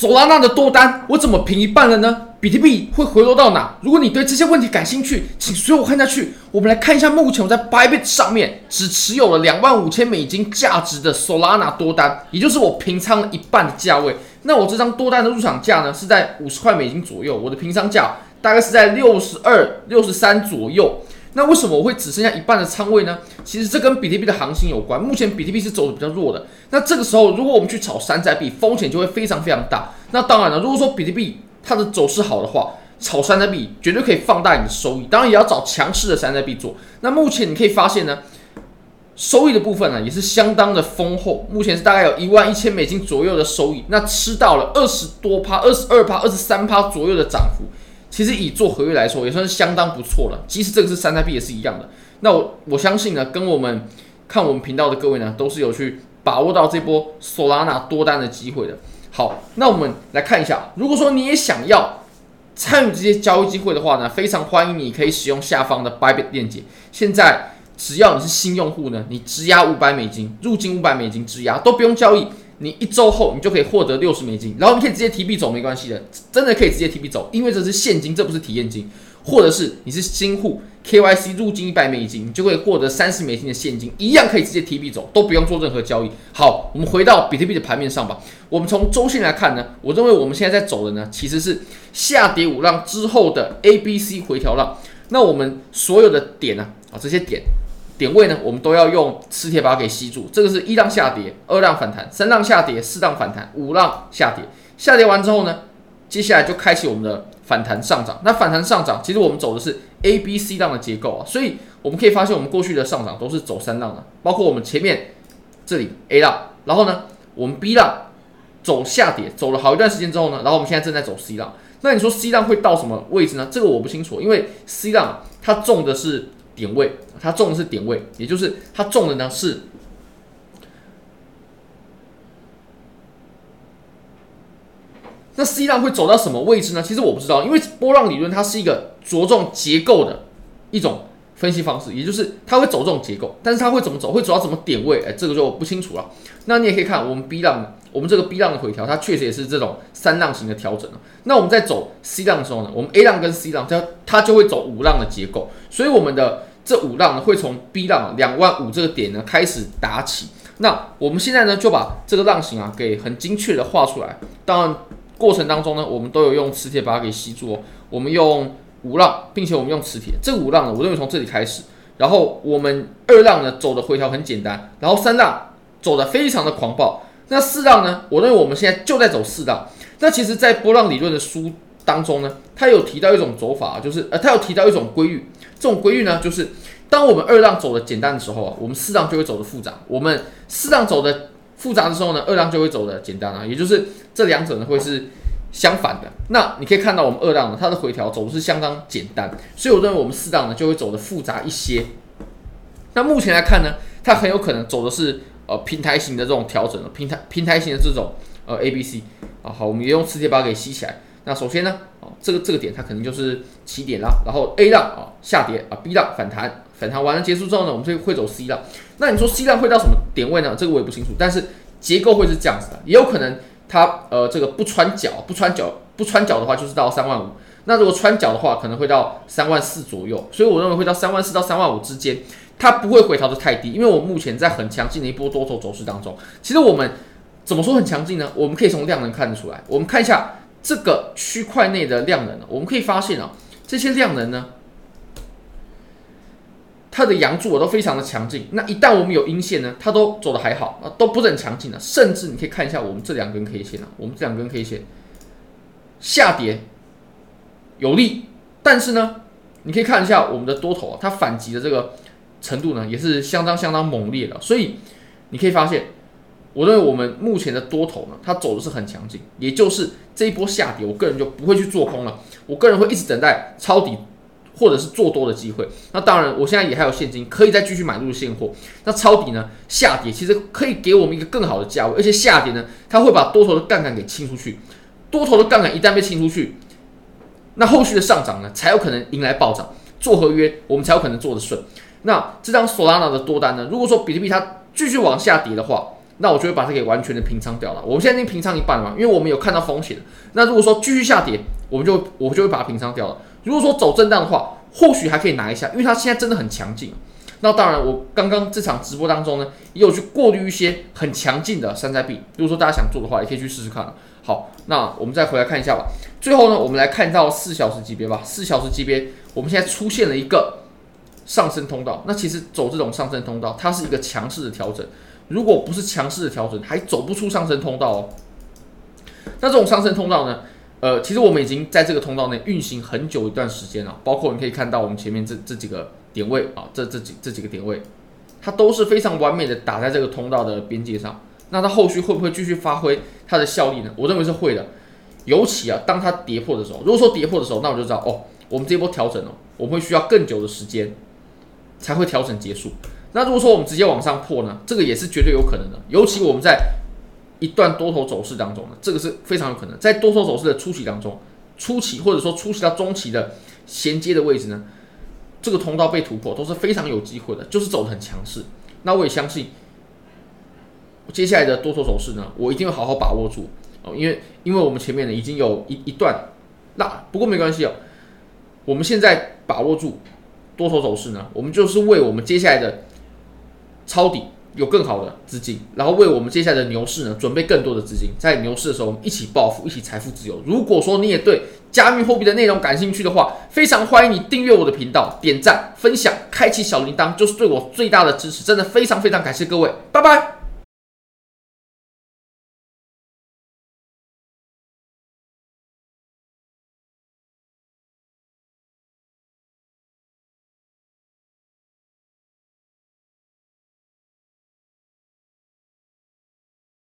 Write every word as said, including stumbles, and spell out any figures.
Solana 的多单我怎么平一半了呢？比特币会回落到哪？如果你对这些问题感兴趣，请随我看下去。我们来看一下，目前我在 Bybit 上面只持有了两万五千美金价值的 Solana 多单，也就是我平仓了一半的价位。那我这张多单的入场价呢是在五十块美金左右，我的平仓价大概是在六十二、六十三左右。那为什么我会只剩下一半的仓位呢？其实这跟比特币的行情有关。目前比特币是走的比较弱的，那这个时候如果我们去炒山寨币，风险就会非常非常大。那当然了，如果说比特币它的走势好的话，炒山寨币绝对可以放大你的收益。当然也要找强势的山寨币做。那目前你可以发现呢，收益的部分呢也是相当的丰厚，目前是大概有一万一千美金左右的收益，那吃到了二十多趴、二十二趴、二十三趴左右的涨幅。其实以做合约来说，也算是相当不错了。即使这个是山寨币，也是一样的。那我我相信呢，跟我们看我们频道的各位呢，都是有去把握到这波 Solana 多单的机会的。好，那我们来看一下，如果说你也想要参与这些交易机会的话呢，非常欢迎你可以使用下方的 Bybit 链接。现在只要你是新用户呢，你质押五百美金，入金五百美金质押都不用交易。你一周后你就可以获得六十美金，然后你可以直接提币走，没关系的，真的可以直接提币走，因为这是现金，这不是体验金。或者是你是新户 K Y C 入金一百美金，你就可以获得三十美金的现金，一样可以直接提币走，都不用做任何交易。好，我们回到比特币的盘面上吧。我们从周线来看呢，我认为我们现在在走的呢，其实是下跌五浪之后的 A B C 回调浪。那我们所有的点呢，啊这些点。点位呢，我们都要用磁铁把它给吸住。这个是一浪下跌，二浪反弹，三浪下跌，四浪反弹，五浪下跌。下跌完之后呢，接下来就开启我们的反弹上涨。那反弹上涨，其实我们走的是 A B C 浪的结构啊，所以我们可以发现，我们过去的上涨都是走三浪的，包括我们前面这里 A 浪，然后呢，我们 B 浪走下跌，走了好一段时间之后呢，然后我们现在正在走 C 浪。那你说 C 浪会到什么位置呢？这个我不清楚，因为 C 浪它中的是点位，它中的是点位，也就是它中的呢是那 C 浪会走到什么位置呢？其实我不知道，因为波浪理论它是一个着重结构的一种分析方式，也就是它会走这种结构，但是它会怎么走，会走到什么点位，哎，这个就不清楚了。那你也可以看我们 B 浪，我们这个 B 浪的回调，它确实也是这种三浪型的调整。那我们在走 C 浪的时候呢，我们 A 浪跟 C 浪，它它就会走五浪的结构，所以我们的这五浪呢会从 B 浪两万五这个点呢开始打起。那我们现在呢就把这个浪型啊给很精确的画出来。当然过程当中呢，我们都有用磁铁把它给吸住哦。我们用五浪，并且我们用磁铁。这个五浪呢，我认为从这里开始，然后我们二浪呢走的回调很简单，然后三浪走的非常的狂暴。那四浪呢，我认为我们现在就在走四浪。那其实，在波浪理论的书当中呢，它有提到一种走法，就是呃，它有提到一种规律。这种规律呢，就是当我们二浪走的简单的时候啊，我们四浪就会走的复杂；我们四浪走的复杂的时候呢，二浪就会走的简单啊。也就是这两者呢会是相反的。那你可以看到我们二浪呢，它的回调走的是相当简单，所以我认为我们四浪呢就会走的复杂一些。那目前来看呢，它很有可能走的是呃平台型的这种调整，平台平台型的这种呃 A B C 啊。好，我们也用磁铁把它给吸起来。那首先呢，哦，这个这个点它可能就是起点啦，然后 A 浪啊下跌啊 ，B 浪反弹，反弹完了结束之后呢，我们就会走 C 浪。那你说 C 浪会到什么点位呢？这个我也不清楚，但是结构会是这样子的，也有可能它呃这个不穿脚，不穿脚不穿脚的话就是到三万五。那如果穿脚的话，可能会到三万四左右，所以我认为会到三万四到三万五之间，它不会回调的太低，因为我目前在很强劲的一波多头走势当中。其实我们怎么说很强劲呢？我们可以从量能看得出来。我们看一下这个区块内的量能，我们可以发现啊，这些量能呢，它的阳柱都非常的强劲。那一旦我们有阴线呢，它都走的还好，都不是很强劲的。甚至你可以看一下我们这两根 K 线啊，我们这两根 K 线下跌有力，但是呢，你可以看一下我们的多头啊，它反击的这个程度呢，也是相当相当猛烈的。所以你可以发现，我认为我们目前的多头呢，它走的是很强劲，也就是这一波下跌，我个人就不会去做空了，我个人会一直等待抄底或者是做多的机会。那当然，我现在也还有现金，可以再继续买入现货。那抄底呢，下跌其实可以给我们一个更好的价位，而且下跌呢，它会把多头的杠杆给清出去。多头的杠杆一旦被清出去，那后续的上涨呢，才有可能迎来暴涨。做合约，我们才有可能做得顺。那这张 Solana 的多单呢，如果说比特币它继续往下跌的话， 那我就会把它给完全的平仓掉了。我们现在已经平仓一半了嘛，因为我们有看到风险。那如果说继续下跌，我们就我就会把它平仓掉了。如果说走震荡的话，或许还可以拿一下，因为它现在真的很强劲。那当然，我刚刚这场直播当中呢，也有去过滤一些很强劲的山寨币。如果说大家想做的话，也可以去试试看。好，那我们再回来看一下吧。最后呢，我们来看到四小时级别吧。四小时级别，我们现在出现了一个上升通道。那其实走这种上升通道，它是一个强势的调整。如果不是强势的调整，还走不出上升通道哦。那这种上升通道呢？呃，其实我们已经在这个通道内运行很久一段时间了，包括你可以看到我们前面这这几个点位啊，这这几这几个点位，它都是非常完美的打在这个通道的边界上。那它后续会不会继续发挥它的效力呢？我认为是会的。尤其啊，当它跌破的时候，如果说跌破的时候，那我就知道哦，我们这一波调整哦，我们会需要更久的时间才会调整结束。那如果说我们直接往上破呢，这个也是绝对有可能的。尤其我们在一段多头走势当中呢，这个是非常有可能。在多头走势的初期当中，初期或者说初期到中期的衔接的位置呢，这个通道被突破都是非常有机会的，就是走得很强势。那我也相信接下来的多头走势呢，我一定会好好把握住哦，因为因为我们前面呢已经有一一段，那不过没关系哦，我们现在把握住多头走势呢，我们就是为我们接下来的抄底有更好的资金，然后为我们接下来的牛市呢准备更多的资金，在牛市的时候我们一起暴富，一起财富自由。如果说你也对加密货币的内容感兴趣的话，非常欢迎你订阅我的频道，点赞、分享、开启小铃铛，就是对我最大的支持。真的非常非常感谢各位，拜拜。